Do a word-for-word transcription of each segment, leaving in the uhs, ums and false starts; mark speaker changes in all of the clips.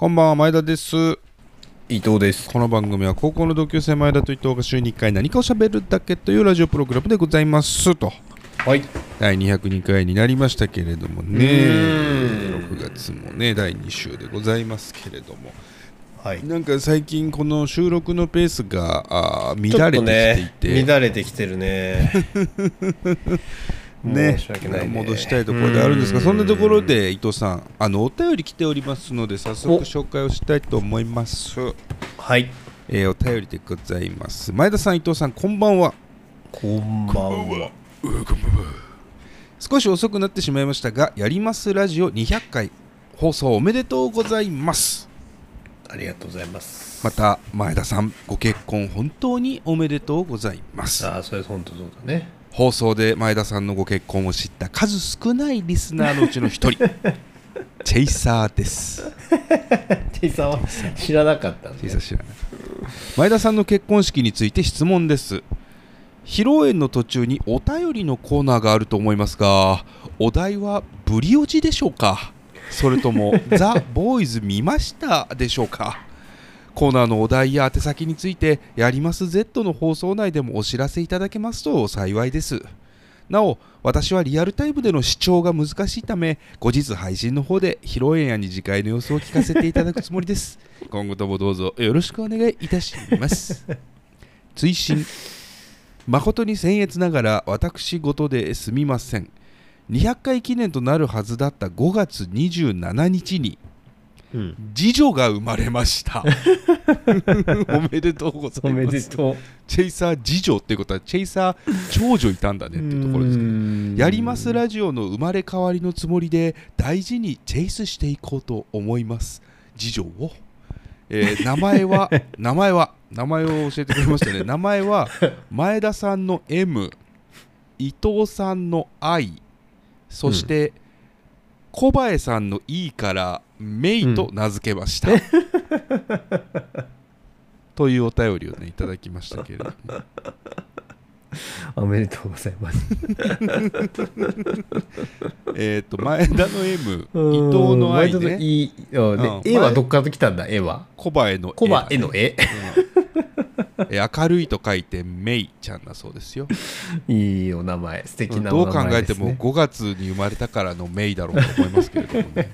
Speaker 1: こんばんは、前田です。
Speaker 2: 伊藤です。
Speaker 1: この番組は高校の同級生前田と伊藤が週にいっかい何かを喋るだけというラジオプログラムでございますと。
Speaker 2: はい。
Speaker 1: だいにひゃくにかいになりましたけれどもね、ろくがつもねだいに週でございますけれども、はい、なんか最近この収録のペースがあ乱れてきていて、
Speaker 2: ね、乱れてきてるね
Speaker 1: ね、
Speaker 2: 申し訳ないね、
Speaker 1: 戻したいところであるんですが、そんなところで伊藤さん、あのお便り来ておりますので早速紹介をしたいと思います。
Speaker 2: はい、
Speaker 1: えー、お便りでございます。前田さん、伊藤さん、こんばんは。
Speaker 2: こんばんは。こんばんは。
Speaker 1: 少し遅くなってしまいましたが、やりますラジオにひゃっかい放送おめでとうございます。
Speaker 2: ありがとうございます。
Speaker 1: また前田さん、ご結婚本当におめでとうございます。
Speaker 2: ああ、それ本当そうだね。
Speaker 1: 放送で前田さんのご結婚を知った数少ないリスナーのうちの一人チェイサーです。
Speaker 2: チェイサーは知らなかったん
Speaker 1: チェイサー知らなかった前田さんの結婚式について質問です。披露宴の途中にお便りのコーナーがあると思いますが、お題はブリオジでしょうか、それともザ・ボーイズ見ましたでしょうか。コーナーのお題や宛先についてやります Z の放送内でもお知らせいただけますと幸いです。なお、私はリアルタイムでの視聴が難しいため、後日配信の方で披露宴や二次会の様子を聞かせていただくつもりです。今後ともどうぞよろしくお願いいたします。追伸、誠に僭越ながら私事ですみません。にひゃっかい記念となるはずだったごがつにじゅうしちにちにうん、次女が生まれましたおめでとうございます。おめでとう。チェイサー次女っていうことはチェイサー長女いたんだねっていうところですけど、やりますラジオの生まれ変わりのつもりで大事にチェイスしていこうと思います。次女を、えー、名前は名前は名前を教えてくれましたね。名前は前田さんの エム、 伊藤さんの アイ、 そして、うん、小林さんの イー からメイと名付けました、うん、というお便りをねいただきましたけれども
Speaker 2: おめでとうございます
Speaker 1: えっと前田の エム、 伊藤の アイ ね、
Speaker 2: E、うん、絵はどっから来たんだ。絵は
Speaker 1: 小林の絵、
Speaker 2: 小林の絵、
Speaker 1: うん、明るいと書いてメイちゃんだそうですよ。
Speaker 2: いいお名前、素敵なお名前ですね。
Speaker 1: どう考えてもごがつに生まれたからのメイだろうと思いますけれどもね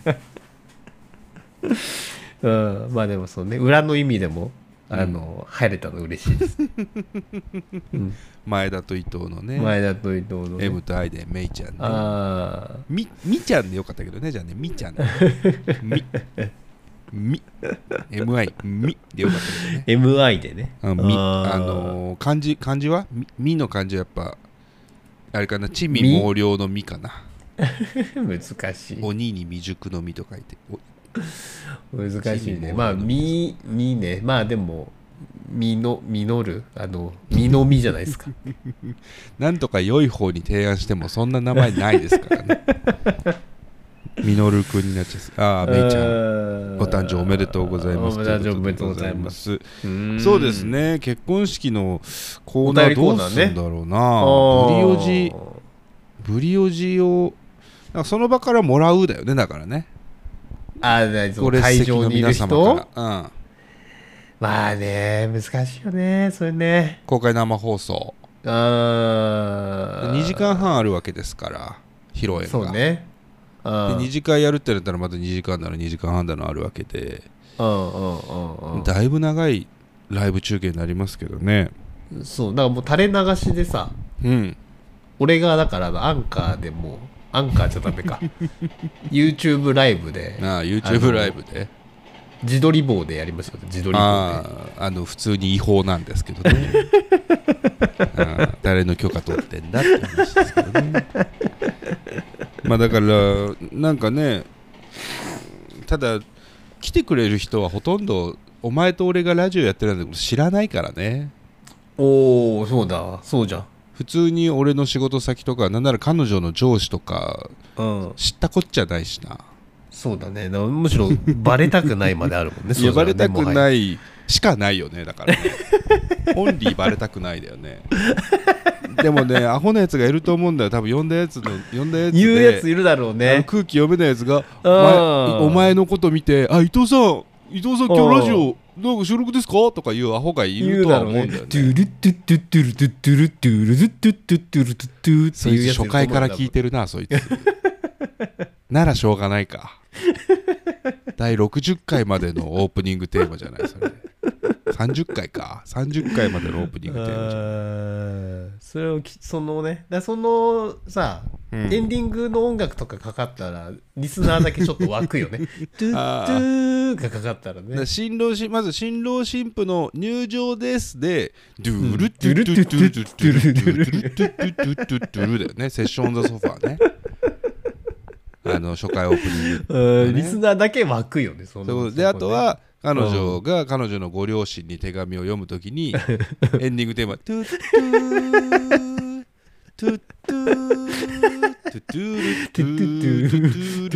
Speaker 2: うん、まあでもそうね、裏の意味でもあの、うん、入れたの嬉しいです、うん、
Speaker 1: 前田と伊藤のね、
Speaker 2: 前田と伊藤の、ね、
Speaker 1: エム と アイ でメイちゃんね、
Speaker 2: あ
Speaker 1: みみちゃんでよかったけどね。じゃあね、みちゃんみみ エムアイ みでよかったけどね。
Speaker 2: エムアイ でね、
Speaker 1: あみあのー、漢字漢字はみ, みの漢字はやっぱあれかな、地味猛量のみかな
Speaker 2: 難しい。
Speaker 1: 鬼に未熟のみと書いて
Speaker 2: 難しいね。まあみみね、まあでもみの実るあのみのみじゃないですか
Speaker 1: なんとか良い方に提案してもそんな名前ないですからねみのるくんになっちゃう。ああ、めいちゃん、お誕生おめでとうございます。
Speaker 2: お誕生おめでとうございます。
Speaker 1: そうですね、結婚式のコーナーどうするんだろうな。ブリオジブリオジをその場からもらうだよね。だからね、
Speaker 2: ああ、会場にいる人、うん、まあね、難しいよね、それね。
Speaker 1: 公開生放送、
Speaker 2: あ
Speaker 1: にじかんはんあるわけですから、披露宴が。
Speaker 2: そうね。
Speaker 1: でにじかいやるってなったらまたにじかんならにじかんはんだのあるわけで、だいぶ長いライブ中継になりますけどね。
Speaker 2: そうだからもう垂れ流しでさ、
Speaker 1: うん、
Speaker 2: 俺がだからアンカーでもうアンカーじゃダメかYouTube ライブで、
Speaker 1: ああ YouTube ライブで
Speaker 2: 自撮り棒でやりますよ。自撮り棒で、あ
Speaker 1: あの普通に違法なんですけどねあ誰の許可取ってんだって話ですけどねまあだからなんかね、ただ来てくれる人はほとんどお前と俺がラジオやってるんだけど知らないからね。
Speaker 2: おお、そうだ、そうじゃん。
Speaker 1: 普通に俺の仕事先とか、なんなら彼女の上司とか、うん、知ったこっちゃないしな。
Speaker 2: そうだね、むしろバレたくないまであるもんね。
Speaker 1: いや、バレたくないしかないよね。だからオンリーバレたくないだよねでもね、アホなやつがいると思うんだよ。多分呼んだやつの呼んだやつで
Speaker 2: 言うやついるだろうね。
Speaker 1: 空気読めないやつがお前、お前のこと見て、あ、伊藤さん伊藤さん今日ラジオなんか収録ですかとかいうアホがいるとは思うんだよね。
Speaker 2: トゥルットゥットゥットゥルトゥットゥルトゥルトゥットゥットゥットゥルトゥットゥって
Speaker 1: そいつ
Speaker 2: いうやつ
Speaker 1: 初回から聞いてるなそいつならしょうがないかだいろくじゅっかいまでのオープニングテーマじゃないそれさんじゅっかいかさんじゅっかいまでのオープニングテーマじゃない。
Speaker 2: それをきそのねだそのさ、うん、エンディングの音楽とかかかったらリスナーだけちょっと湧くよねトゥットゥーがかかったらね。
Speaker 1: 新郎しまず新郎新婦の入場ですでドゥルトゥルトゥルトゥルトゥルトゥルトゥルトゥルトゥルトゥルだよね。セッションオンザソファーねあの初回オープニング、
Speaker 2: ね、リスナーだけ湧くよね。その
Speaker 1: であとは彼女が彼女のご両親に手紙を読むときにエンディングテーマトゥットゥートゥットゥートゥトゥルトゥルトゥルト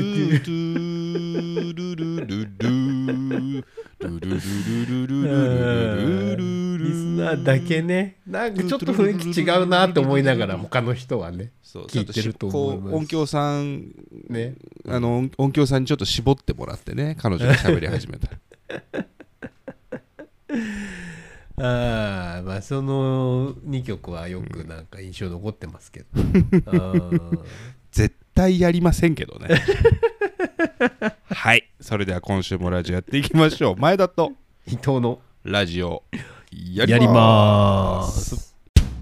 Speaker 1: ゥルルルルル
Speaker 2: リスナーだけねなんかちょっと雰囲気違うなって思いながら他の人はね聞いてると思います。
Speaker 1: 音響さんねあの音響さんにちょっと絞ってもらってね彼女が喋り始めた
Speaker 2: ああまあそのにきょくはよくなんか印象残ってますけど、うん、
Speaker 1: 絶対やりませんけどねはいそれでは今週もラジオやっていきましょう。前田と
Speaker 2: 伊藤の
Speaker 1: ラジオやり
Speaker 2: やりまーす。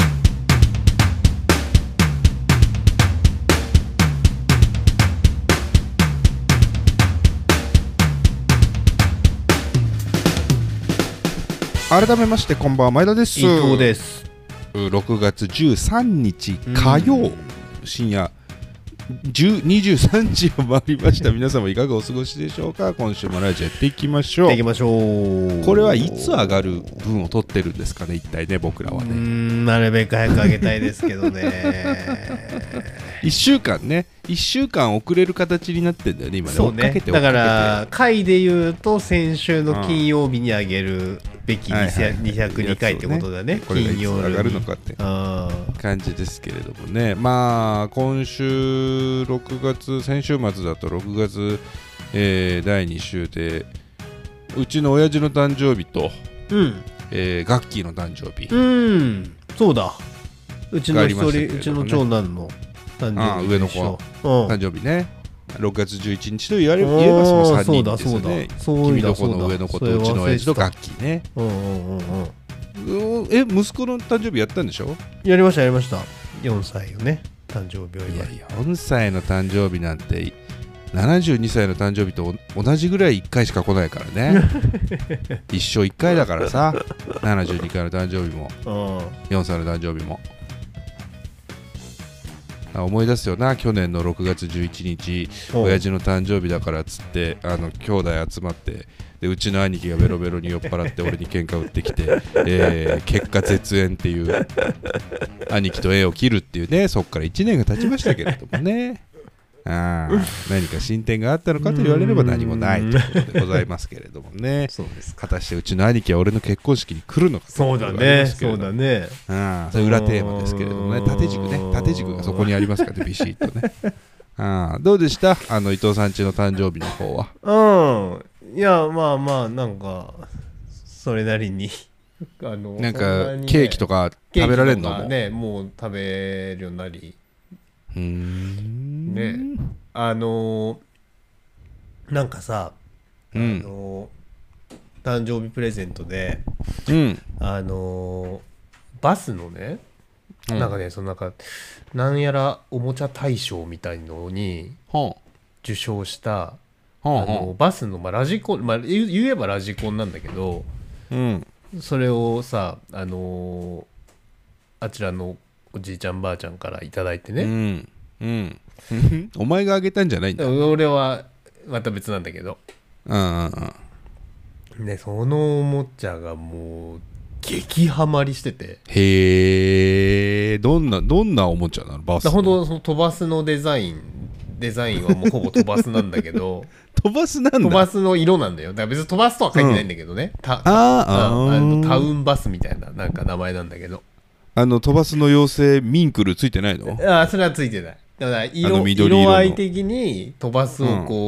Speaker 1: 改めましてこんばんは前田です。
Speaker 2: 伊藤です。
Speaker 1: ろくがつじゅうさんにち火曜深夜にじゅうさんじを回りました。皆様いかがお過ごしでしょうか。今週もラジオやっていきましょう。
Speaker 2: やっていきましょう。
Speaker 1: これはいつ上がる分を取ってるんですかね一体ね僕らはね。うー
Speaker 2: んなるべく早く上げたいですけどね
Speaker 1: いっしゅうかんねいっしゅうかん遅れる形になってんだよね今ね。
Speaker 2: そうね
Speaker 1: 追っかけて追っかけて
Speaker 2: だから回で言うと先週の金曜日に上げるべきにひゃくにかいってことだね、はいはい、
Speaker 1: これがいつ上がるのかって感じですけれどもね。まあ今週ろくがつ先週末だとろくがつ、えー、だいに週でうちの親父の誕生日と、うんえー、ガッキーの誕生日
Speaker 2: うんそうだうちの一人、ね、うちの長男の誕生日
Speaker 1: 上の子の誕生日ねろくがつじゅういちにちと言われ言えばそのさんにんですよね。君の子の上の子とうちの親父とガッキーね。うんうんうんうんえ息子の誕生日やったんでしょ。
Speaker 2: やりましたやりました。よんさいよね誕生日を祝い。
Speaker 1: いやよんさいの誕生日なんてななじゅうにさいの誕生日と同じぐらいいっかいしか来ないからね一生いっかいだからさななじゅうにかいの誕生日もよんさいの誕生日も思い出すよな。去年のろくがつじゅういちにち親父の誕生日だからっつってあの兄弟集まってでうちの兄貴がベロベロに酔っ払って俺に喧嘩売ってきて、えー、結果絶縁っていう兄貴と縁を切るっていうね。そっからいちねんが経ちましたけれどもねあ何か進展があったのかと言われれば何もないということでございますけれどもね
Speaker 2: そうですか。
Speaker 1: 果たしてうちの兄貴は俺の結婚式に来るのか。
Speaker 2: そうだねそうだね
Speaker 1: あそれ裏テーマですけれどもね。縦軸ね縦軸がそこにありますからねビシッとねあどうでしたあの伊藤さん家の誕生日の方は。
Speaker 2: うんいやまあまあなんかそれなりにあの
Speaker 1: なんか、ね、ケーキとか食べられるのも
Speaker 2: ねもう食べるようになり
Speaker 1: うーん
Speaker 2: ねあのなんかさ、うん、あの誕生日プレゼントで、うん、あのバスのね、うん、なんかねそのなんかなんやらおもちゃ大賞みたいのに受賞した、はあ、あのバスの、まあ、ラジコン、まあ、言えばラジコンなんだけど、うん、それをさあのあちらのおじいちゃんばあちゃんからいただいてね、うん
Speaker 1: うんお前があげたんじゃないんだ。
Speaker 2: 俺はまた別なんだけど、うんうんうん、でそのおもちゃがもう激ハマりしてて。
Speaker 1: へえどんなどんなおもちゃなのバスの。
Speaker 2: ほんとその飛ばすのデザインデザインはもうほぼ飛ばすなんだけど
Speaker 1: 飛ばすなんだ。
Speaker 2: 飛ばすの色なんだよ。だから別に飛ばすとは書いてないんだけどね、うん、たあああのタウンバスみたいななんか名前なんだけど
Speaker 1: あの飛ばすの妖精ミンクルついてないの。
Speaker 2: ああそれはついてない。だから 色, 色合い的に飛ばすをこう、うん、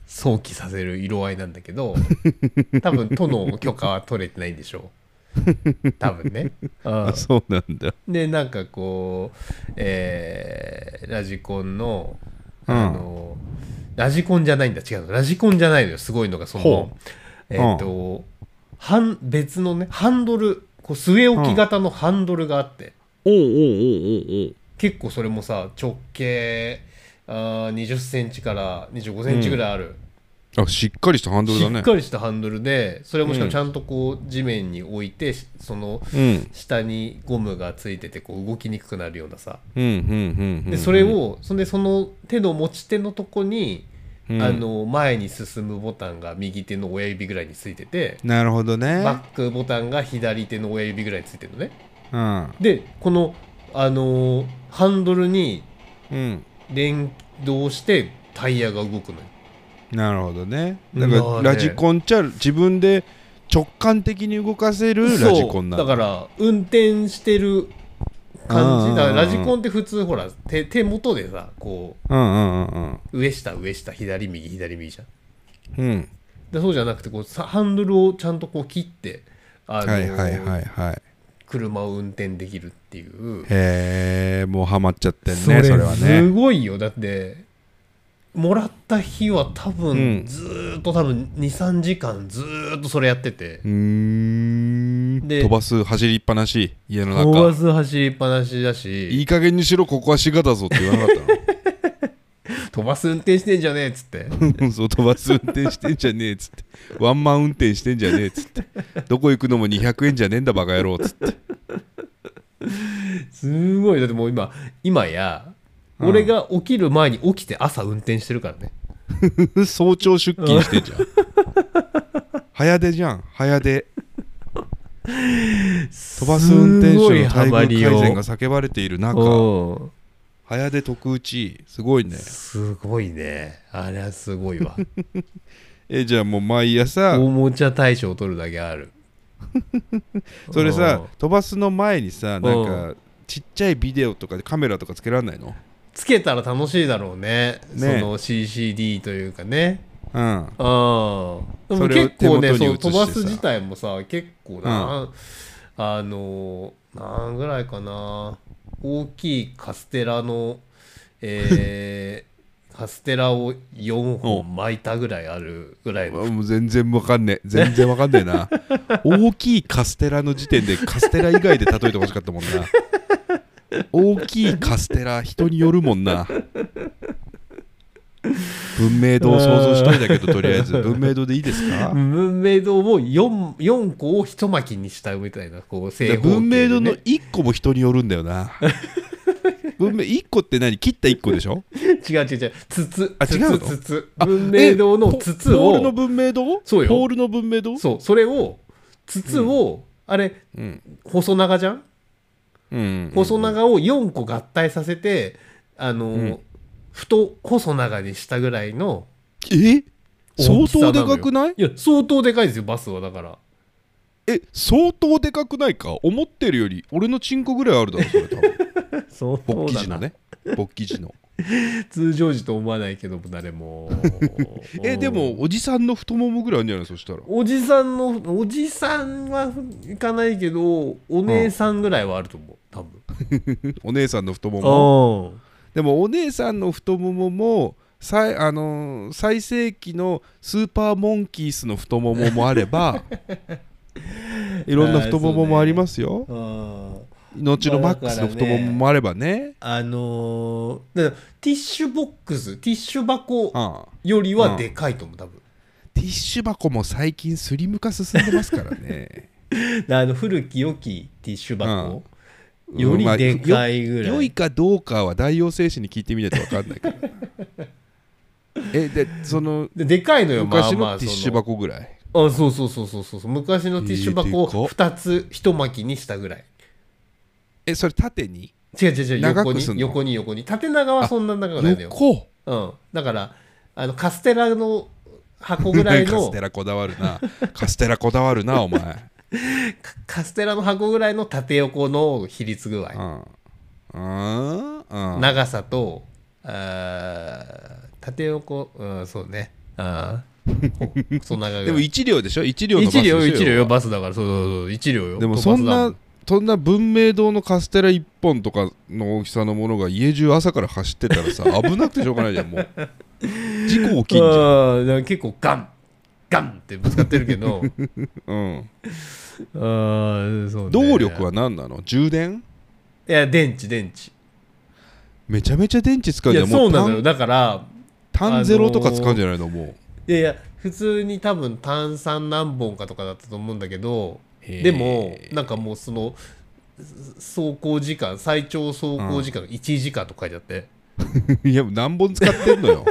Speaker 2: 想起させる色合いなんだけど多分都の許可は取れてないんでしょう多分ね。
Speaker 1: あ、そうなんだ。
Speaker 2: でなんかこう、えーラジコンのあの、うん、ラジコンじゃないんだ違うラジコンじゃないのよすごいのがそのえっ、と、うん、別のねハンドルこう据え置き型のハンドルがあって、
Speaker 1: うん、おうおうおうおう
Speaker 2: 結構それもさ直径あにじゅっセンチからにじゅうごセンチぐらいある、
Speaker 1: うん、あしっかりしたハンドルだね。
Speaker 2: しっかりしたハンドルでそれもしかもちゃんとこう地面に置いて、うん、その下にゴムがついててこう動きにくくなるようなさ、
Speaker 1: うんうんうんうんうん、
Speaker 2: でそれをそんでその手の持ち手のとこに、うん、あの前に進むボタンが右手の親指ぐらいについてて、
Speaker 1: なるほどね。
Speaker 2: バックボタンが左手の親指ぐらいについてるのね、
Speaker 1: うん、
Speaker 2: でこの、あのー、ハンドルに連動してタイヤが動くのよ。
Speaker 1: なるほどね。だからラジコンちゃ自分で直感的に動かせるラジコンなんだ。
Speaker 2: だから運転してる感じだからラジコンって普通ほら 手, 手元でさこう、うんうんうん、上下上下左右左右じゃん、うん、でそうじゃなくてこうハンドルをちゃんとこう切ってあの、はいはいはいはい、車を運転できるっていう。
Speaker 1: へえ、もうハマっちゃってんね。それそれはね
Speaker 2: すごいよ。だってもらった日は多分ずーっと多分 にさんじかんずーっとそれやってて、
Speaker 1: うーんで飛ばす走りっぱなし家の中
Speaker 2: 飛ばす走りっぱなしだし、
Speaker 1: いい加減にしろここは滋賀だぞって言わなかったの
Speaker 2: 飛ばす運転してんじゃねえっつって
Speaker 1: そう飛ばす運転してんじゃねえっつってワンマン運転してんじゃねえっつってどこ行くのもにひゃくえんじゃねえんだバカ野郎っつって
Speaker 2: すごい。だってもう今今や俺が起きる前に起きて朝運転してるからね
Speaker 1: 早朝出勤してんじゃん早出じゃん早出飛ばす運転手の待遇改善が叫ばれている中早出特打ちすごいね。
Speaker 2: すごいね。あれはすごいわ
Speaker 1: えじゃあもう毎朝
Speaker 2: おもちゃ大賞を取るだけある
Speaker 1: それさ飛ばすの前にさなんかちっちゃいビデオとかでカメラとかつけられないの？
Speaker 2: つけたら楽しいだろう ね, ねその シーシーディー というかね。うん。あでも結構ねそう飛ばす自体もさ結構な、うん、あの何ぐらいかな大きいカステラの、えー、カステラをよんほん巻いたぐらいあるぐらいの。
Speaker 1: もう全然わかんねえ全然わかんねえな大きいカステラの時点でカステラ以外で例えてほしかったもんな大きいカステラ人によるもんな文明堂を想像したいんだけどとりあえず文明堂でいいですか？
Speaker 2: 文明堂を 4, 4個を一巻きにしたみたいなこう正方形で、ね、
Speaker 1: 文明堂のいっこも人によるんだよな文明いっこって何切ったいっこでしょ？
Speaker 2: 違う違う違う筒
Speaker 1: あ違うの
Speaker 2: 筒文明堂の筒を
Speaker 1: ポールの文明堂
Speaker 2: そうよ
Speaker 1: ポールの文明堂
Speaker 2: そうそれを筒を、うん、あれ、うん、細長じゃん、うんうんうん、細長をよんこ合体させてあの、うん、太細長にしたぐらいの
Speaker 1: え相当でかくない？
Speaker 2: いや相当でかいですよバスは。だから
Speaker 1: え相当でかくないか思ってるより俺のチンコぐらいあるだろそれ多分
Speaker 2: 相当だな
Speaker 1: 勃起時のね勃起時の
Speaker 2: 通常時と思わないけど誰も
Speaker 1: えでもおじさんの太ももぐらいあるんじゃない？そしたら
Speaker 2: おじさんのおじさんはいかないけどお姉さんぐらいはあると思う多分
Speaker 1: お姉さんの太ももでもお姉さんの太ももも最、あのー、最盛期のスーパーモンキースの太もももあればいろんな太もももありますよ。後のマックスの太もももあればね、
Speaker 2: まあ、あのー、だからティッシュボックスティッシュ箱よりはでかいと思う多分。
Speaker 1: ティッシュ箱も最近スリム化進んでますからね
Speaker 2: あの古き良きティッシュ箱よりでかいぐらい、
Speaker 1: まあ、良いかどうかは大王製紙に聞いてみないと分かんないからえでその
Speaker 2: ででかいのよ
Speaker 1: 昔のティッシュ箱ぐらい、
Speaker 2: まあまあ、あそうそうそうそうそう昔のティッシュ箱をふたつ一巻きにしたぐらい。
Speaker 1: えそれ縦に
Speaker 2: 違う違う違う横に横に横に縦長はそんな長くないのよ。
Speaker 1: 横、
Speaker 2: うん、だからあのカステラの箱ぐらいの
Speaker 1: カステラこだわるなカステラこだわるなお前
Speaker 2: カステラの箱ぐらいの縦横の比率具合、うんうん、長さとあ縦横、うん、そうねああそんな
Speaker 1: でもいち両でしょ、いち両のバスでしょ。
Speaker 2: いち両いち両よバスだから、そうそうそういち両よ。
Speaker 1: でもそんなそんな文明堂のカステラいっぽんとかの大きさのものが家中朝から走ってたらさ危なくてしょうがないじゃん。もう事故起きんじゃん。
Speaker 2: あだから結構ガンガンってぶつかってるけど
Speaker 1: うん
Speaker 2: あそう、ね、
Speaker 1: 動力は何なの？充電？
Speaker 2: いや電池電池
Speaker 1: めちゃめちゃ電池使うじゃん。
Speaker 2: いやそうなのよ。だから
Speaker 1: 単ゼロとか使うんじゃないの？もう
Speaker 2: いやいや普通に多分単三何本かとかだったと思うんだけど、でもなんかもうその走行時間最長走行時間がいちじかんと書いてあって、
Speaker 1: うん、いや何本使ってんのよ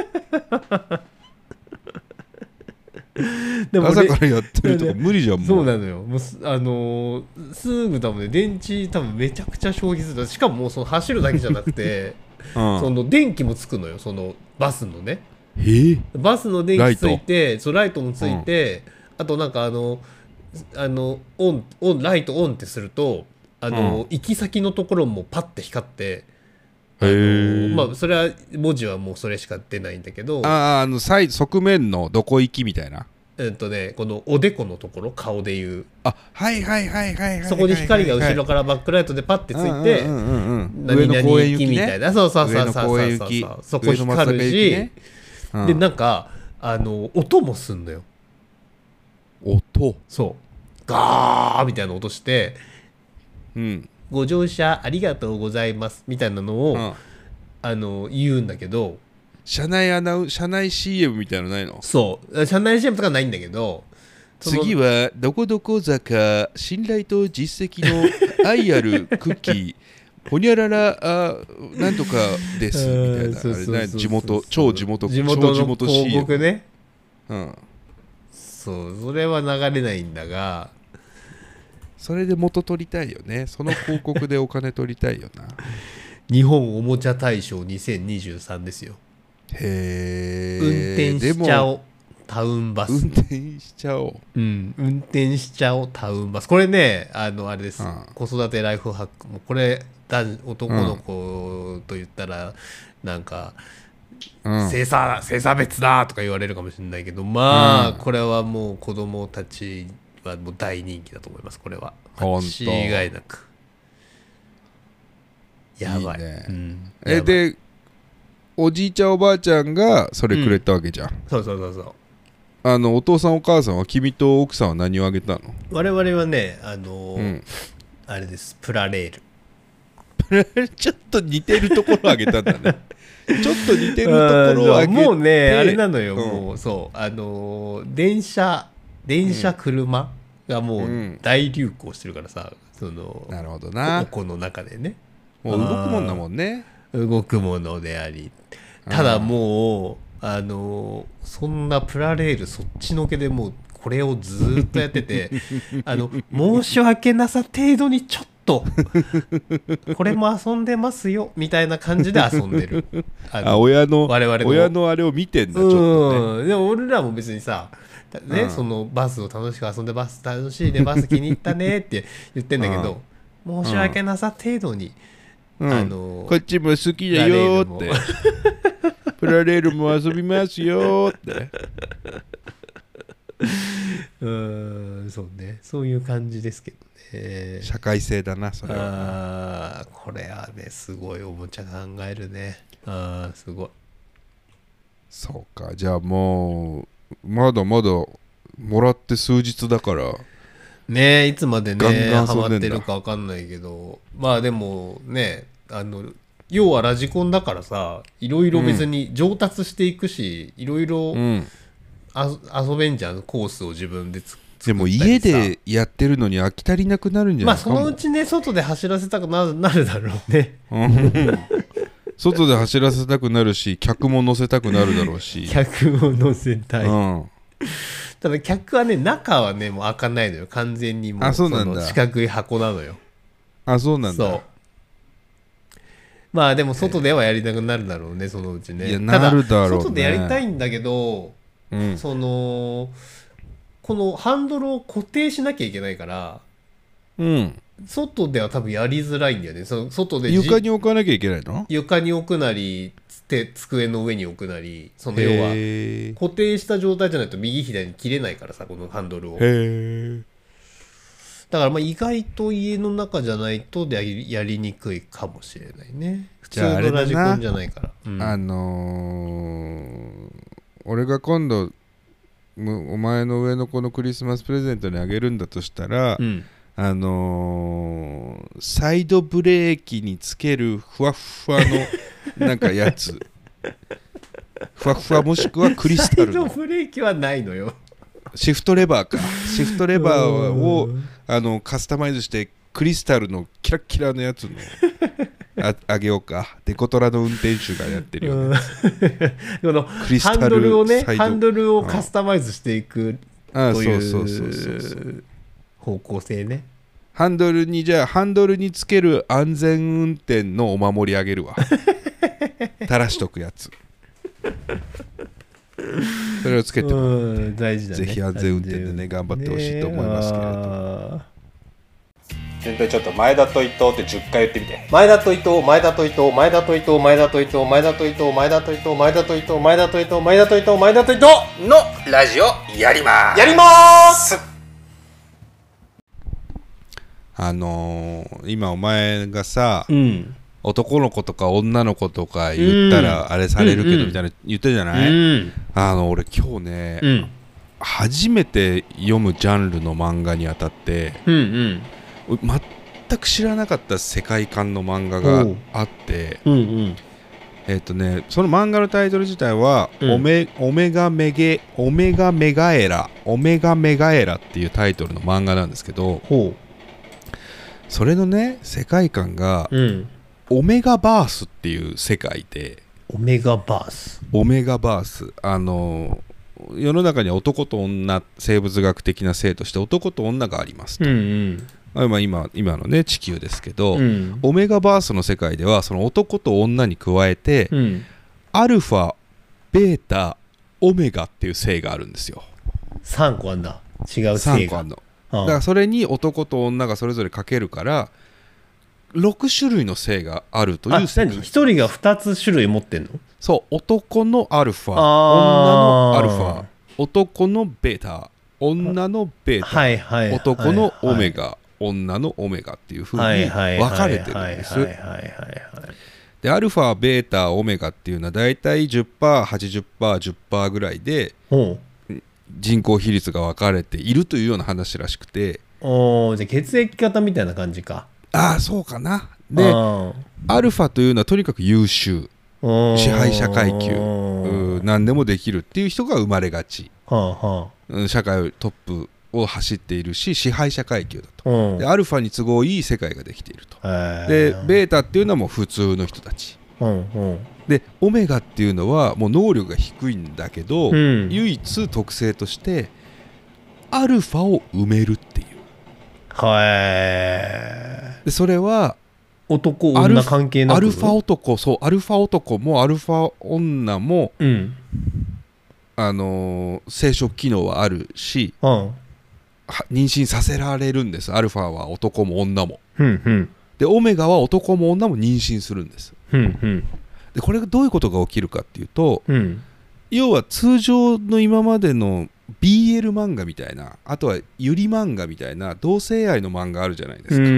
Speaker 1: でも朝からやってるとか無理じゃん。もう
Speaker 2: そうなのよ。もうあのー、すぐ多分ね電池多分めちゃくちゃ消費する。しかももうその走るだけじゃなくて、うん、その電気もつくのよ。そのバスのね。
Speaker 1: えー、
Speaker 2: バスの電気ついて、そうライトもついて、うん、あとなんかあのあのオンオンライトオンってするとあの、うん、行き先のところもパッて光って。あのまあそれは文字はもうそれしか出ないんだけど、
Speaker 1: ああのサイ側面のどこ行きみたいな、
Speaker 2: えっとねこのおでこのところ顔でいう
Speaker 1: あはいはいはいはいはい
Speaker 2: そこに光が後ろからバックライトでパッてついて
Speaker 1: 何々行き
Speaker 2: みたいな、そうそうそうそうそうそうそこ光るし、ねうん、でなんかあの音もすんのよ。
Speaker 1: 音
Speaker 2: そうガーみたいな音して、
Speaker 1: うん
Speaker 2: ご乗車ありがとうございますみたいなのを、うん、あの言うんだけど、
Speaker 1: 車内アナウン車内 シーエム みたいなのないの？
Speaker 2: そう車内 シーエム とかないんだけど、
Speaker 1: 次はどこどこ坂信頼と実績の愛あるクッキーほにゃららあなんとかですみたいな、あれ地元超地元
Speaker 2: 地元の広告ね、
Speaker 1: うん、
Speaker 2: そうそれは流れないんだが、
Speaker 1: それで元取りたいよね。その広告でお金取りたいよな
Speaker 2: 日本おもちゃ大賞にせんにじゅうさんですよ。
Speaker 1: へ
Speaker 2: え運転しちゃおタウンバス。
Speaker 1: 運転しちゃおう、
Speaker 2: うん、運転しちゃおタウンバス。これねあのあれです、うん、子育てライフハックもこれ男の子と言ったらなんか、うん、性差性差別だとか言われるかもしれないけど、まあ、うん、これはもう子供たちはもう大人気だと思います。これは間違いなくやばい。いいね、うん、
Speaker 1: えでおじいちゃんおばあちゃんがそれくれたわけじゃん、うん、
Speaker 2: そうそうそうそう。
Speaker 1: あのお父さんお母さんは君と奥さんは何をあげたの？
Speaker 2: 我々はねあのーうん、あれですプラレール。
Speaker 1: プラレールちょっと似てるところあげたんだねちょっと似てるところをあげて
Speaker 2: もうねあれなのよ、うん、もうそうあのー、電車電車車がもう大流行してるからさ、その
Speaker 1: なるほどな、
Speaker 2: お子の中でね
Speaker 1: もう動くもんだもんね。
Speaker 2: 動くものであり、ただもうあのそんなプラレールそっちのけでもうこれをずっとやっててあの申し訳なさ程度にちょっとこれも遊んでますよみたいな感じで遊んでる
Speaker 1: あのあ親の我々の親のあれを見てんだちょっとね。
Speaker 2: でも俺らも別にさね、うん、そのバスを楽しく遊んでバス楽しいねバス気に入ったねって言ってんだけど、うん、申し訳なさ程度に、
Speaker 1: うん、あのこっちも好きだよってプラレールも遊びますよって
Speaker 2: うーんそうねそういう感じですけどね。
Speaker 1: 社会性だなそれ
Speaker 2: は。あこれはねすごいおもちゃ考えるね。あすごい。
Speaker 1: そうかじゃあもうまだまだもらって数日だから
Speaker 2: ねいつまでねハマってるか分かんないけど、まあでもねあの要はラジコンだからさいろいろ別に上達していくし、いろいろ遊べんじゃんコースを自分で作ったりさ。
Speaker 1: でも家でやってるのに飽き足りなくなるんじゃないですか。
Speaker 2: まあそのうちね外で走らせたくなる、なるだろうね
Speaker 1: 外で走らせたくなるし客も乗せたくなるだろうし
Speaker 2: 客も乗せたい、
Speaker 1: うん、
Speaker 2: ただ客はね中はねもう開かないのよ完全にもう。
Speaker 1: あそうなんだ。
Speaker 2: その四角い箱なのよ。
Speaker 1: あそうなんだ。そう
Speaker 2: まあでも外ではやりたくなるだろうねそのうちね。
Speaker 1: いやなるだろうね。
Speaker 2: ただ外でやりたいんだけど、うん、そのこのハンドルを固定しなきゃいけないから、
Speaker 1: うん、
Speaker 2: 外では多分やりづらいんだよね。その外で
Speaker 1: 床に置かなきゃいけないの？
Speaker 2: 床に置くなり手机の上に置くなり、その要は固定した状態じゃないと右左に切れないからさ、このハンドルを。へだからまあ意外と家の中じゃないとやり、やりにくいかもしれないね。普通のラジコンじゃないから。
Speaker 1: あ, うん、あのー、俺が今度お前の上の子のクリスマスプレゼントにあげるんだとしたら、うん、あのー、サイドブレーキにつけるふわふわのなんかやつふわふわもしくはクリスタルの
Speaker 2: サイドブレーキはないのよ。
Speaker 1: シフトレバーかシフトレバーをあのカスタマイズしてクリスタルのキラッキラのやつの あ, あげようか。デコトラの運転手がやってるよね
Speaker 2: このクリスタルハンドルをねハンドルをカスタマイズしていくという方向性ね。
Speaker 1: ハンドルにじゃあハンドルにつける安全運転のお守りあげるわ垂らしとくやつそれをつけても大事だね。ぜひ安全運転でね頑張ってほしいと思いますけれど。全体ちょっと前田と伊藤ってじゅっかい言ってみて。
Speaker 2: 前田と伊藤、前田と伊藤、前田と伊藤、前田と伊藤、前田と伊藤、前田と伊藤、前田と伊藤、前田と伊藤、前田と伊藤、前田と伊藤のラジオやりまーす。やりまーす。
Speaker 1: あのー、今お前がさ、うん、男の子とか女の子とか言ったらあれされるけどみたいな言ってるじゃない、うんうん、あの俺今日ね、うん、初めて読むジャンルの漫画にあたって、うんうん、全く知らなかった世界観の漫画があって、うんうん、えっとねその漫画のタイトル自体は、うん、オメ、オメガメゲオメガメガエラオメガメガエラっていうタイトルの漫画なんですけど、それのね世界観が、うん、オメガバースっていう世界で、
Speaker 2: オメガバース
Speaker 1: オメガバースあの世の中には男と女生物学的な性として男と女がありますと、うんうんまあ、今, 今のね地球ですけど、うん、オメガバースの世界ではその男と女に加えて、うん、アルファベータオメガっていう性があるんですよ。
Speaker 2: さんこあんだ。違う性がさんこあんの。
Speaker 1: だからそれに男と女がそれぞれかけるからろく種類の性があるという世界。
Speaker 2: 何ひとりがふたつ種類持ってんの？
Speaker 1: そう男のアルファ女のアルファ男のベータ女のベータ、はいはい、男のオメガ、はい、女のオメガっていう風に分かれてるんです。でアルファベータオメガっていうのはだいたい じゅっパーセントはちじゅっパーセント じゅっパーセント ぐらいで人口比率が分かれているというような話らしくて、
Speaker 2: おじゃあ血液型みたいな感じか。
Speaker 1: ああそうかな。でアルファというのはとにかく優秀支配者階級何でもできるっていう人が生まれがち、はあはあ、社会トップを走っているし支配者階級だと、でアルファに都合いい世界ができていると、でベータっていうのはもう普通の人たち、うんうん、でオメガっていうのはもう能力が低いんだけど、うん、唯一特性としてアルファを埋めるっていう。
Speaker 2: はい。
Speaker 1: でそれは
Speaker 2: 男女関係なく
Speaker 1: アルファ男そうアルファ男もアルファ女も、うん、あのー、生殖機能はあるし、うん、妊娠させられるんです。アルファは男も女も、うんうん、でオメガは男も女も妊娠するんです、うんうん、でこれがどういうことが起きるかっていうと、うん、要は通常の今までの ビーエル 漫画みたいなあとはユリ漫画みたいな同性愛の漫画あるじゃないですか、うん、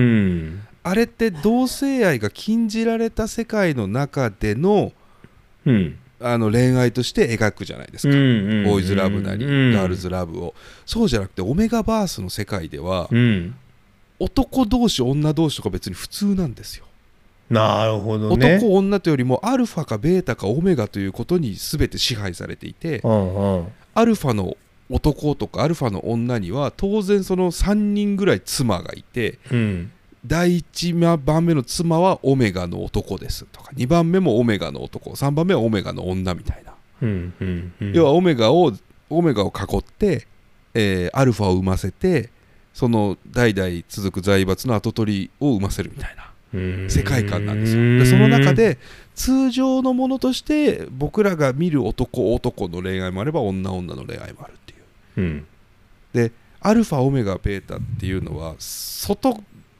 Speaker 1: あれって同性愛が禁じられた世界の中での、うん、あの恋愛として描くじゃないですか、うんうんうん、ボーイズラブなり、うん、ガールズラブを。そうじゃなくてオメガバースの世界では、うん、男同士女同士とか別に普通なんですよ。
Speaker 2: なるほどね。
Speaker 1: 男女というよりもアルファかベータかオメガということに全て支配されていて、うんうん、アルファの男とかアルファの女には当然そのさんにんぐらい妻がいて、うん、だいいちばんめの妻はオメガの男ですとかにばんめもオメガの男さんばんめはオメガの女みたいな、うんうんうん、要はオメガをオメガを囲って、えー、アルファを産ませてその代々続く財閥の跡取りを産ませるみたいな世界観なんですよ。でその中で通常のものとして僕らが見る男男の恋愛もあれば女女の恋愛もあるっていう、うん、でアルファオメガベータっていうのは外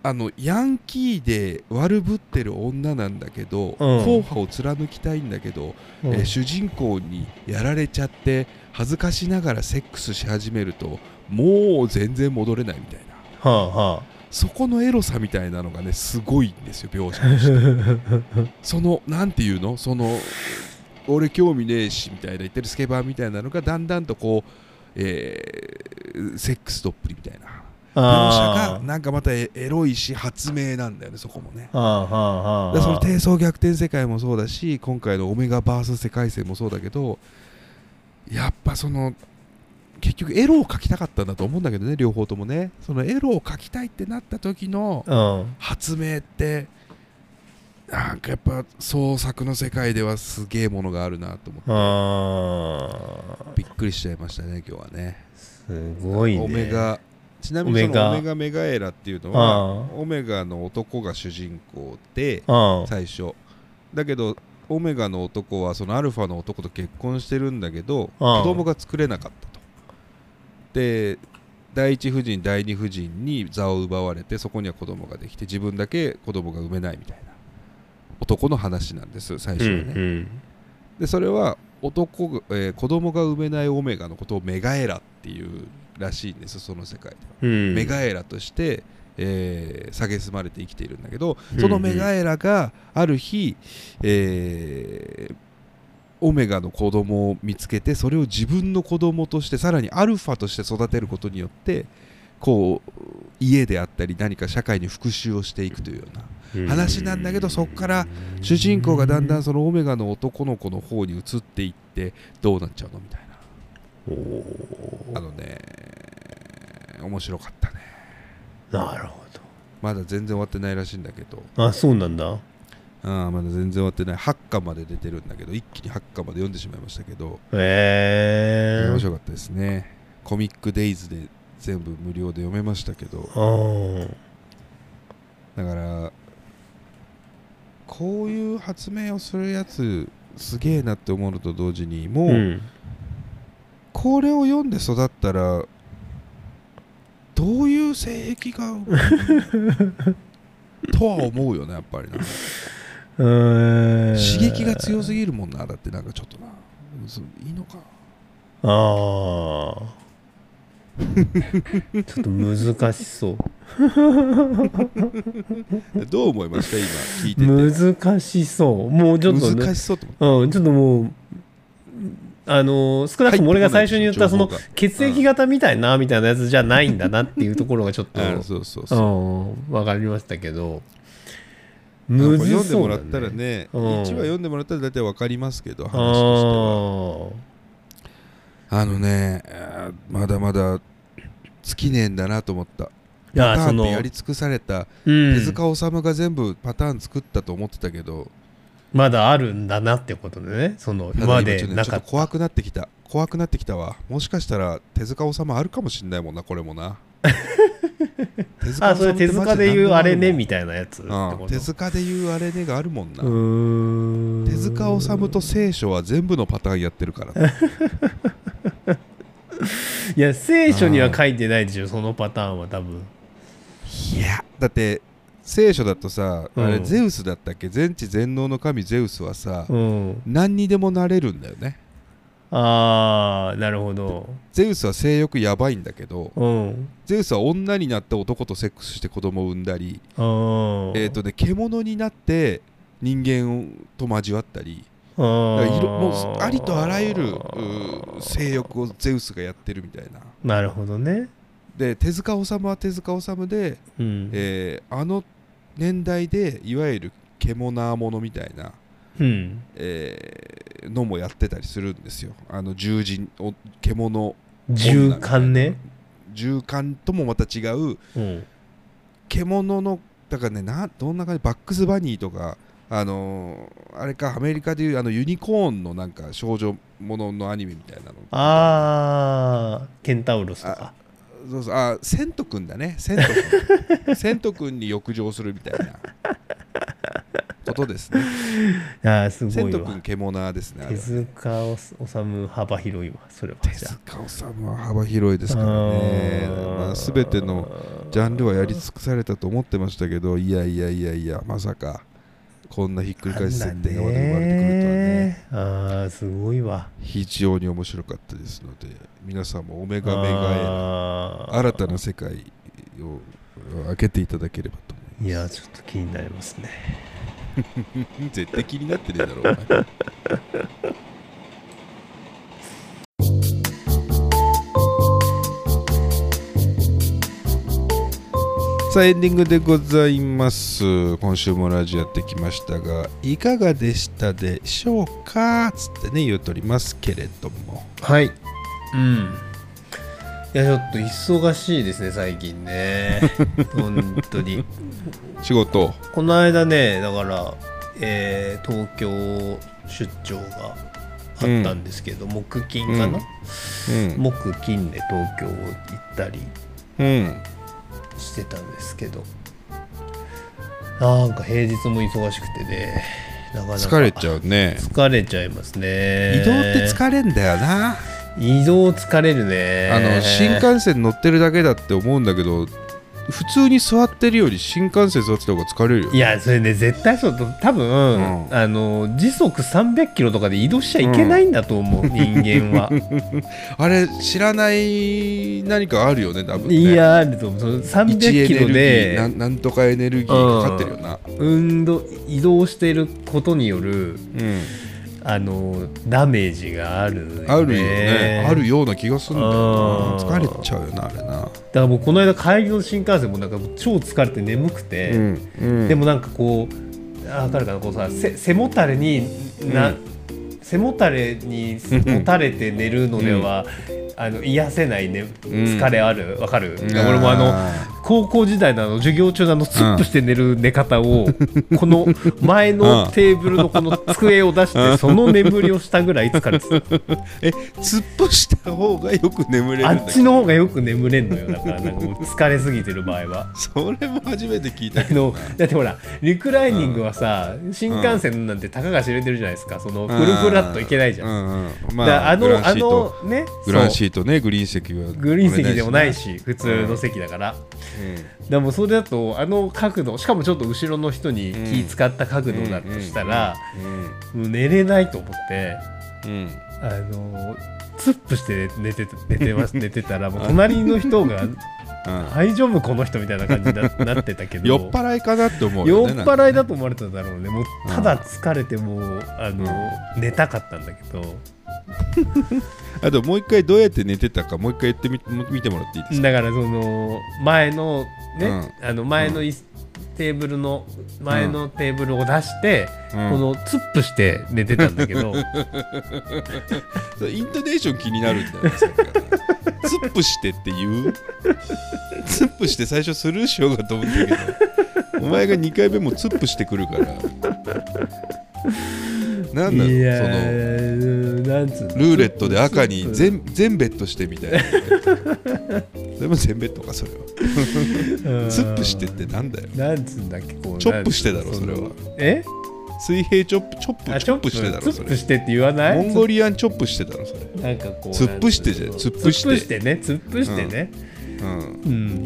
Speaker 1: あのヤンキーで悪ぶってる女なんだけど、
Speaker 2: うん、
Speaker 1: 硬派を貫きたいんだけど、うん、えー、主人公にやられちゃって恥ずかしながらセックスし始めるともう全然戻れないみたいな、
Speaker 2: はあはあ、
Speaker 1: そこのエロさみたいなのがねすごいんですよ、描写としてそのなんていうの、その俺興味ねえしみたいな言ってるスケバンみたいなのがだんだんとこう、えー、セックスどっぷりみたいな描写がなんかまたエロいし発明なんだよね、そこもね。
Speaker 2: はあはあはあ、
Speaker 1: だその低層逆転世界もそうだし、今回のオメガバース世界線もそうだけど、やっぱその結局エロを描きたかったんだと思うんだけどね、両方ともね。そのエロを描きたいってなった時の発明ってなんかやっぱ創作の世界ではすげえものがあるなと思ってびっくりしちゃいましたね今日はね。
Speaker 2: すごいね。
Speaker 1: オメガ、ちなみにそのオメガメガエラっていうのはオメガの男が主人公で最初だけど、オメガの男はそのアルファの男と結婚してるんだけど子供が作れなかったと。で第一夫人第二夫人に座を奪われて、そこには子供ができて自分だけ子供が産めないみたいな男の話なんです最初はね、うんうん、でそれは男が、えー、子供が産めないオメガのことをメガエラっていうらしいんです、その世界では、うん、メガエラとして、えー、蔑まれて生きているんだけど、そのメガエラがある日、えー、オメガの子供を見つけて、それを自分の子供としてさらにアルファとして育てることによってこう家であったり何か社会に復讐をしていくというような話なんだけど、そこから主人公がだんだんそのオメガの男の子の方に移っていってどうなっちゃうのみたいな。あのね面白かったね。
Speaker 2: なるほど。
Speaker 1: まだ全然終わってないらしいんだけど。
Speaker 2: あ、そうなんだ。
Speaker 1: あまだ全然終わってない。はちかんまで出てるんだけど一気にはちかんまで読んでしまいましたけど、
Speaker 2: へえー、
Speaker 1: 面白かったですね。コミックデイズで全部無料で読めましたけど、だからこういう発明をするやつすげえなって思うのと同時にもう、うん、これを読んで育ったらどういう性癖がとは思うよね、やっぱりな。刺激が強すぎるもんな。だってなんかちょっとないいのかな。
Speaker 2: ああちょっと難しそう
Speaker 1: どう思いました今聞いて
Speaker 2: て。難しそう。もうちょっと、ね、
Speaker 1: 難しそうと
Speaker 2: 思う、うん、ちょっともうあのー、少なくとも俺が最初に言ったその血液型みたいなみたいなやつじゃないんだなっていうところがちょっと
Speaker 1: そうそうそう、うん、
Speaker 2: 分かりましたけど、
Speaker 1: むずそうだね。読んでもらったらね、うん、いちわ読んでもらったら大体分かりますけど、話としてはあのねまだまだ尽きねえんだなと思った。パターンってやり尽くされた、手塚治虫が全部パターン作ったと思ってたけど、
Speaker 2: まだあるんだなってことでね。その今までなかった。
Speaker 1: ちょっと怖くなってきた怖くなってきたわ。もしかしたら手塚治虫あるかもしんないもんな、これもな
Speaker 2: 手塚あ、それ手塚で言うあれねみたいなやつ、
Speaker 1: うん、手塚で言うあれねがあるもんな。うーん、手塚治虫と聖書は全部のパターンやってるから
Speaker 2: いや聖書には書いてないでしょ、そのパターンは多分。
Speaker 1: いやだって聖書だとさ、うん、あれゼウスだったっけ、全知全能の神ゼウスはさ、うん、何にでもなれるんだよね。
Speaker 2: あー、なるほど。
Speaker 1: ゼウスは性欲やばいんだけど、うん、ゼウスは女になって男とセックスして子供を産んだり、えーとね、獣になって人間と交わったり、あ, もうありとあらゆる性欲をゼウスがやってるみたいな。
Speaker 2: なるほどね。
Speaker 1: で手塚治虫は手塚治虫で、うん、えー、あの年代でいわゆる獣ものみたいな、うん、えー、のもやってたりするんですよ。あの獣人獣
Speaker 2: 獣漢ね。
Speaker 1: 獣漢ともまた違う、うん、獣のだからね、などんな感じ、バックスバニーとか、あのー、あれかアメリカでいうあのユニコーンのなんか少女もののアニメみたいなの。
Speaker 2: あー、ケンタウロスとか。
Speaker 1: そうそう、あ、セント君だね。セント君セント君に浴場するみたいなことですね。
Speaker 2: ああすごいわ。
Speaker 1: 千と君獣ですね。
Speaker 2: 手塚治虫幅広いわそれは。
Speaker 1: 手塚治虫は幅広いですからね。まあ、全てのジャンルはやり尽くされたと思ってましたけど、いやいやいやいやまさかこんなひっくり返す設定がまで生まれてくるとはね。
Speaker 2: ああすごいわ。
Speaker 1: 非常に面白かったですので、皆さんもオメガメガへ新たな世界を開けていただければと思います。
Speaker 2: いやちょっと気になりますね。
Speaker 1: 絶対気になってねえだろうお前。さあエンディングでございます。今週もラジオやってきましたが、いかがでしたでしょうかつってね言うとりますけれども、
Speaker 2: はい、うん、いやちょっと忙しいですね最近ね。本当に
Speaker 1: 仕事
Speaker 2: この間ねだから、えー、東京出張があったんですけど、うん、木金かな、うんうん、木金で東京行ったり、うんしてたんですけど、なんか平日も忙しくてね、なかなか
Speaker 1: 疲れちゃうね。
Speaker 2: 疲れちゃいますね。
Speaker 1: 移動って疲れんだよな。
Speaker 2: 移動疲れるね。
Speaker 1: あの新幹線乗ってるだけだって思うんだけど、普通に座ってるより新幹線座ってた方が疲れるよ。
Speaker 2: いやそれね絶対そうと多分、うん、あの時速さんびゃくキロとかで移動しちゃいけないんだと思う、うん、人間は。あ
Speaker 1: れ知らない何かあるよね多分ね。
Speaker 2: いやあると思う。そのさんびゃくキロで
Speaker 1: な、なんとかエネルギーかかってるよな、
Speaker 2: うん、運動移動していることによる、うん、あのダメージがあるよね。
Speaker 1: あるよね。あるような気がするんだよな。疲れちゃうよなあれな。
Speaker 2: だからもうこの間帰りの新幹線もなんか超疲れて眠くて、うんうん、でもなんかこう分かるかな、こうさせ背もたれにな、うん、背もたれにもたれて寝るのでは、うん、あの癒せない、ね、疲れある、分かる、うん、俺もあの高校時代のあの授業中のあのツップして寝る寝方を、うん、この前のテーブルのこの机を出してその眠りをしたぐらい疲れてた。
Speaker 1: え、ツップした方がよく眠れるんだ。
Speaker 2: あっちの方がよく眠れんのよ。だからなんかもう疲れすぎてる場合は。
Speaker 1: それも初めて聞いたけどな。
Speaker 2: だってほらリクライニングはさ、うん、新幹線なんてたかが知れてるじゃないですか。そのフルフラットいけないじゃん、うんうん、まあ、あのあのね
Speaker 1: グランシートね、グリーン席は
Speaker 2: グリーン席でもないし普通の席だから、うん、でもそれだとあの角度、しかもちょっと後ろの人に気使った角度だとしたら、もう寝れないと思って、うん、あのツップして寝て寝てます寝てたらもう隣の人が大丈夫この人みたいな感じに な, なってたけど、
Speaker 1: 酔っ払いかなって思うよね。
Speaker 2: 酔っ払いだと思われたんだろうね。もうただ疲れてもうあの、うん、寝たかったんだけど。
Speaker 1: あともう一回どうやって寝てたかもう一回言ってみ見てもらっていいですか。
Speaker 2: だからその前のね、うん、あの前の、うん、テーブルの前のテーブルを出して、うん、このツップして寝てたんだけど、
Speaker 1: うん、イントネーション気になるんだよね。ツップしてって言うツップして最初スルーしようかと思ったけど、お前がにかいめもツップしてくるからなんだろう、その
Speaker 2: なんつうの
Speaker 1: ルーレットで赤に全全ベットしてみたいな。それも全ベットかそれは。ツップしてってなんだよ。
Speaker 2: なんつうんだっけ、こう
Speaker 1: チョップしてだろそれは。
Speaker 2: え
Speaker 1: 水平チョップチョップチョップしてだろそれ。
Speaker 2: ツップしてって言わない？
Speaker 1: モンゴリアンチョップしてだろそれ。
Speaker 2: なんかこう
Speaker 1: ツップしてじゃん。ツップして。
Speaker 2: ツップしてね。ツップしてね。うん。うん。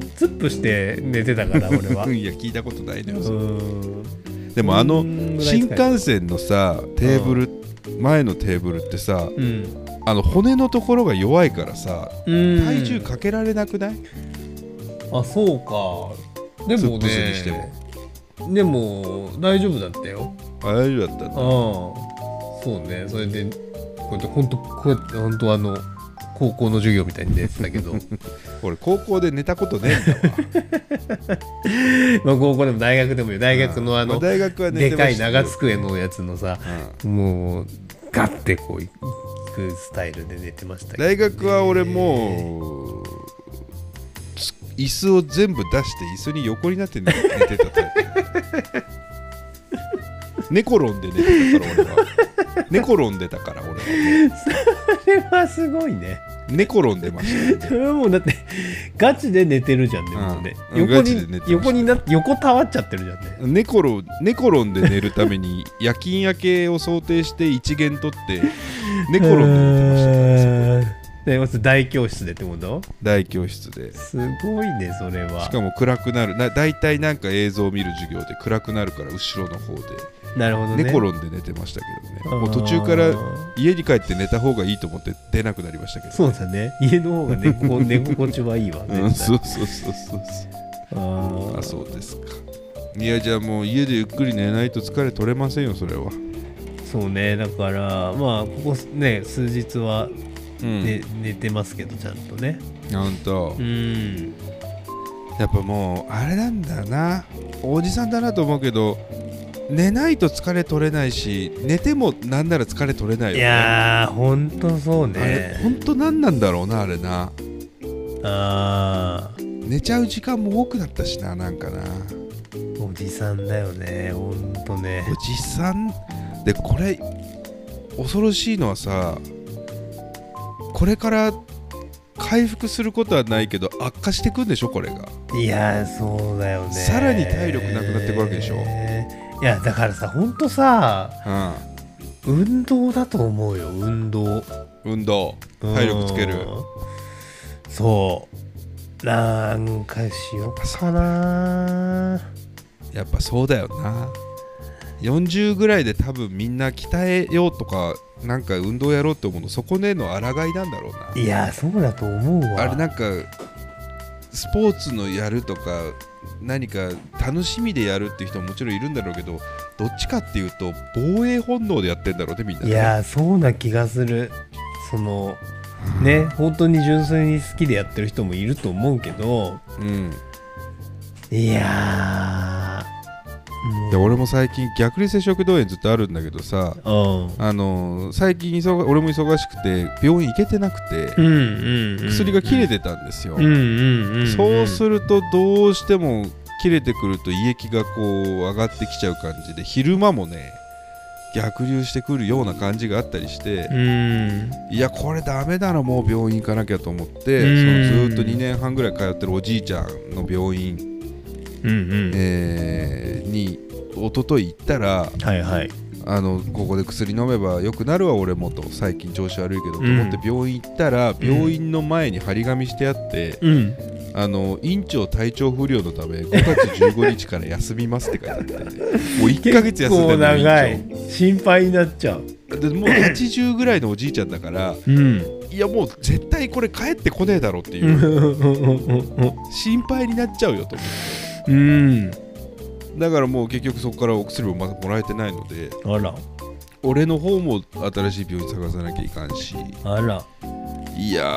Speaker 2: ツップして寝てたから俺は。
Speaker 1: いや聞いたことないのよ。でもあの新幹線のさテーブル、前のテーブルってさ、うん、あの骨のところが弱いからさ、体重かけられなくない？
Speaker 2: あ、そうか。でもね、にしてもでも大丈夫だったよ。
Speaker 1: あ、大丈夫だったんだ。ああ、
Speaker 2: そうね。それでこうやって本当こうやって本当あの高校の授業みたいに寝てたけど
Speaker 1: 俺高校で寝たことねえんだわ。
Speaker 2: まあ高校でも大学でもよ。大学のあの、
Speaker 1: まあ、大学は寝てましたよ。
Speaker 2: でかい長机のやつのさ、うん、もうガッてこういくスタイルで寝てましたけど、ね、
Speaker 1: 大学は俺もう椅子を全部出して椅子に横になって寝てたタイプ。寝転んで寝てたから俺は。寝転んでたから俺は。
Speaker 2: それはすごいね。
Speaker 1: 寝転んでました、
Speaker 2: それはもうだってガチで寝てるじゃんね、もうね、
Speaker 1: うん、
Speaker 2: 横
Speaker 1: ガチで寝てました。
Speaker 2: に横にな横たわっちゃってるじゃんね。
Speaker 1: 寝転寝転んで寝るために夜勤明けを想定して一元取って寝転んで寝てました、
Speaker 2: ね、大教室でってこと？
Speaker 1: 大教室で。
Speaker 2: すごいね、それは。
Speaker 1: しかも暗くなるな、だいたいなんか映像を見る授業で暗くなるから後ろの方で
Speaker 2: なるほど、ね、
Speaker 1: 寝転んで寝てましたけどね。もう途中から家に帰って寝た方がいいと思って出なくなりましたけど、ね、
Speaker 2: そうだね、家の方が寝こ寝心地はいいわね、
Speaker 1: うん、そうそうそうそうそう。ああ、そうですか。いや、じゃあもう家でゆっくり寝ないと疲れ取れませんよ、それは。
Speaker 2: そうね、だからまあここね数日は、
Speaker 1: うん
Speaker 2: ね、寝てますけどちゃんとね。
Speaker 1: ほんと、
Speaker 2: うん、
Speaker 1: やっぱもうあれなんだな、おじさんだなと思うけど、寝ないと疲れ取れないし、寝てもなんなら疲れ取れないよね。
Speaker 2: いやーほんとそうね。
Speaker 1: あれほんとなんなんだろうな、あれな。
Speaker 2: あ
Speaker 1: 寝ちゃう時間も多くなったしな、なんかな。
Speaker 2: おじさんだよね、ほんとね。
Speaker 1: おじさんで、これ恐ろしいのはさ、これから回復することはないけど悪化していくんでしょ、これが。
Speaker 2: いやーそうだよね。
Speaker 1: さらに体力なくなっていくわけでしょ。
Speaker 2: いやだからさ、ほんとさ、
Speaker 1: うん、
Speaker 2: 運動だと思うよ、運動。
Speaker 1: 運動、体力つける。
Speaker 2: そうなんかしよっかな。
Speaker 1: やっぱそうだよな。よんじゅうぐらいで多分みんな鍛えようとかなんか運動やろうって思うの、そこでの抗いなんだろうな。
Speaker 2: いやそうだと思うわ。
Speaker 1: あれなんかスポーツのやるとか何か楽しみでやるっていう人ももちろんいるんだろうけど、どっちかっていうと防衛本能でやってんだろうね、みんなね。
Speaker 2: いやそうな気がする。そのね、本当に純粋に好きでやってる人もいると思うけど、
Speaker 1: うん、
Speaker 2: いや
Speaker 1: ーで俺も最近逆流性食道炎ずっとあるんだけどさ、
Speaker 2: うん、
Speaker 1: あのー、最近忙俺も忙しくて病院行けてなくて、
Speaker 2: うんうんうん、
Speaker 1: 薬が切れてたんですよ、
Speaker 2: うんうんうんうん、
Speaker 1: そうするとどうしても切れてくると胃液がこう上がってきちゃう感じで、昼間もね逆流してくるような感じがあったりして、
Speaker 2: うん、
Speaker 1: いやこれダメだな、もう病院行かなきゃと思って、
Speaker 2: うん、
Speaker 1: そのずっとにねんはんぐらい通ってるおじいちゃんの病院、
Speaker 2: うんうん
Speaker 1: えー、に一昨日行ったら、
Speaker 2: はいはい、
Speaker 1: あのここで薬飲めばよくなるわ俺もと、最近調子悪いけどと思って病院行ったら、うん、病院の前に張り紙してあって、うん、あの院長体調不良のためごがつじゅうごにちから休みますって書いてあって、もういっかげつ休んでるの院長。
Speaker 2: 心配になっちゃう。
Speaker 1: でもうはちじゅうぐらいのおじいちゃんだから、うん、いやもう絶対これ帰ってこねえだろっていう心配になっちゃうよと思って、うん、だからもう結局そこからお薬もまだもらえてないので、
Speaker 2: あら、
Speaker 1: 俺の方も新しい病院探さなきゃいかんし、
Speaker 2: あら、
Speaker 1: いや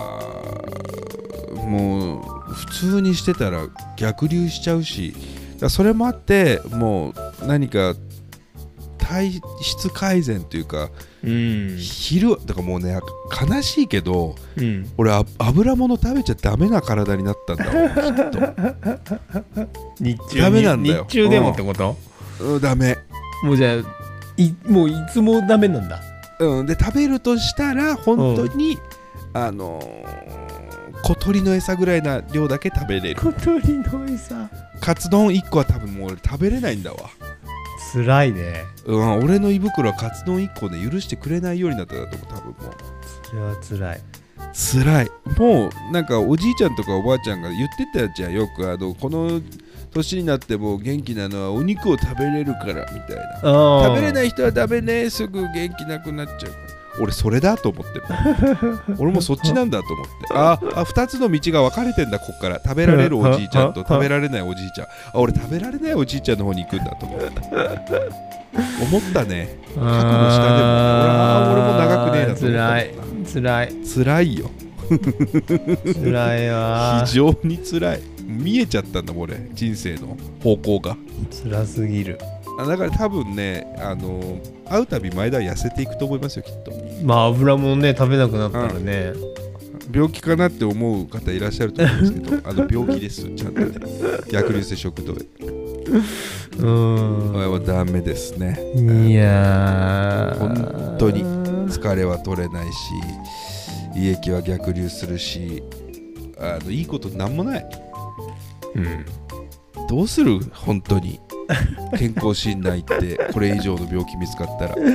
Speaker 1: ーもう普通にしてたら逆流しちゃうし、だからそれもあってもう何か体質改善というか、うん、昼だからもうね悲しいけど、うん、俺あ油物食べちゃダメな体になったんだわきっと
Speaker 2: 日中
Speaker 1: ダメなんだよ。
Speaker 2: 日中でもってこと？
Speaker 1: うん、ダメ。
Speaker 2: もうじゃあいもういつもダメなんだ。
Speaker 1: うん、で食べるとしたら本当に、うん、あのー、小鳥の餌ぐらいな量だけ食べれる。
Speaker 2: 小鳥の餌。
Speaker 1: カツ丼いっこは多分もう俺食べれないんだわ。
Speaker 2: 辛いね、
Speaker 1: うん、俺の胃袋はカツ丼いっこで許してくれないようになったんだと思う、多分もう。
Speaker 2: それは辛い
Speaker 1: 辛い。もうなんかおじいちゃんとかおばあちゃんが言ってたじゃん、よくあのこの年になっても元気なのはお肉を食べれるからみたいな。食べれない人はダメね、すぐ元気なくなっちゃうから。俺それだと思って俺もそっちなんだと思って、ああふたつの道が分かれてんだ、こっから食べられるおじいちゃんと食べられないおじいちゃん。あ、俺食べられないおじいちゃんの方に行くんだと思って思ったね。核の下でも俺, 俺も長くねえなと思った。
Speaker 2: 辛い辛い
Speaker 1: 辛いよ
Speaker 2: 辛いわ
Speaker 1: 非常に辛い。見えちゃったんだもん俺、人生の方向が
Speaker 2: 辛すぎる。
Speaker 1: だから多分ね、あのー、会うたび前田は痩せていくと思いますよ、きっと。
Speaker 2: まあ油もね食べなくなったらね、
Speaker 1: うん、病気かなって思う方いらっしゃると思うんですけどあの病気です、ちゃんとね逆流性食道炎。これはダメですね。
Speaker 2: いやー
Speaker 1: 本当に疲れは取れないし、 利益は逆流するし、あのいいことなんもない。
Speaker 2: うん
Speaker 1: どうする本当に健康診断行ってこれ以上の病気見つかったら
Speaker 2: う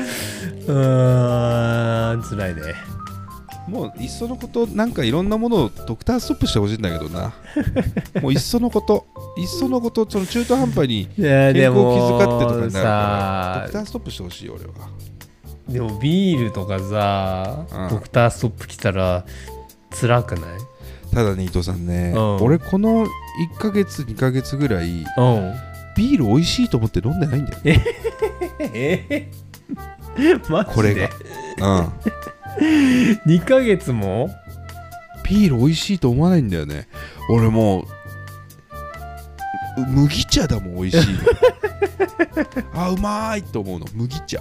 Speaker 2: ーん辛いね。
Speaker 1: もういっそのことなんかいろんなものをドクターストップしてほしいんだけどなもういっそのこといっそのことその中途半端に
Speaker 2: いや
Speaker 1: 健康を
Speaker 2: でも
Speaker 1: 気遣ってとかになるからド
Speaker 2: さ
Speaker 1: クターストップしてほしい俺は。
Speaker 2: でもビールとかさ、
Speaker 1: うん
Speaker 2: ドクターストップ来たら辛くない？
Speaker 1: ただね伊藤さんね、
Speaker 2: うん、
Speaker 1: 俺このいっかげつにかげつぐらい、
Speaker 2: うん、
Speaker 1: ビール美味しいと思って飲んでないんだよね。
Speaker 2: ええマジで
Speaker 1: これがうん
Speaker 2: にかげつも
Speaker 1: ビール美味しいと思わないんだよね。俺もう麦茶だもん美味しいのあうまーいと思うの麦茶。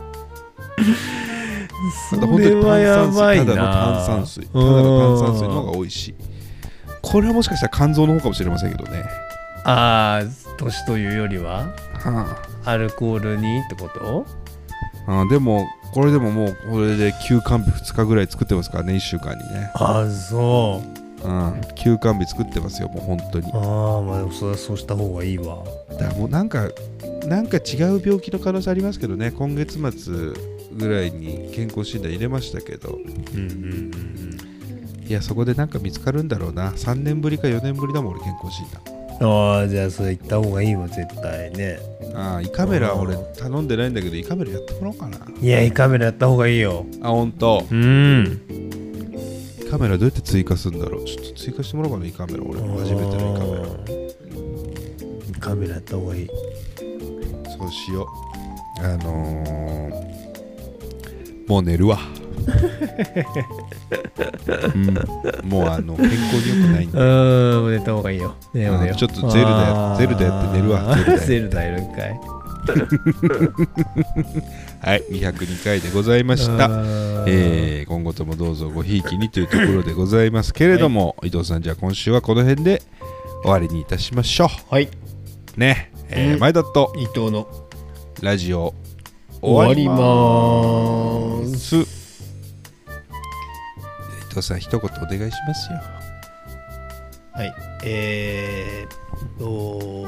Speaker 2: それはやばいな。
Speaker 1: ただの炭酸水ただの炭酸水の方が美味しい。これはもしかしたら肝臓の方かもしれませんけどね。
Speaker 2: ああ年というよりは
Speaker 1: は
Speaker 2: アルコールにってこと？
Speaker 1: あ、あでもこれでももうこれで休肝日ふつかぐらい作ってますからねいっしゅうかんにね。
Speaker 2: ああそう、
Speaker 1: うん、休肝日作ってますよもう本当に。
Speaker 2: ああまあでもそれはそうした方がいいわ。
Speaker 1: だからもうなんかなんか違う病気の可能性ありますけどね。今月末ぐらいに健康診断入れましたけど、
Speaker 2: うんうんうんうん
Speaker 1: いやそこでなんか見つかるんだろうな。さんねんぶりかよねんぶりだもん俺健康診断。
Speaker 2: ああじゃあそれ行った方がいいわ絶対ね。
Speaker 1: ああ胃カメラ俺頼んでないんだけど胃カメラやってもらおうかな。
Speaker 2: いや胃カメラやった方がいいよ。
Speaker 1: あほんと。
Speaker 2: うん
Speaker 1: 胃カメラどうやって追加するんだろう。ちょっと追加してもらおうかな胃カメラ。俺初めての胃カメラ。
Speaker 2: 胃カメラやった方がいい。
Speaker 1: そうしよう。あのー、もう寝るわうん、もうあの健康に良くないんで
Speaker 2: うん寝た方がいいよ。寝よう寝よう。
Speaker 1: ちょっとゼルダゼルダやって寝るわ。
Speaker 2: ゼルダやるんかい
Speaker 1: はいにひゃくにかいでございました。えー、今後ともどうぞごひいきにというところでございますけれども、はい、伊藤さんじゃあ今週はこの辺で終わりにいたしましょう。
Speaker 2: はい
Speaker 1: ね、えー、前田と
Speaker 2: 伊藤の
Speaker 1: ラジオ
Speaker 2: 終わりまーす。
Speaker 1: 伊藤さん一言お願いしますよ。
Speaker 2: はいえー、と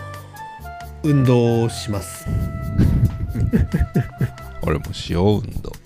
Speaker 2: 運動します
Speaker 1: 俺もしよう運動。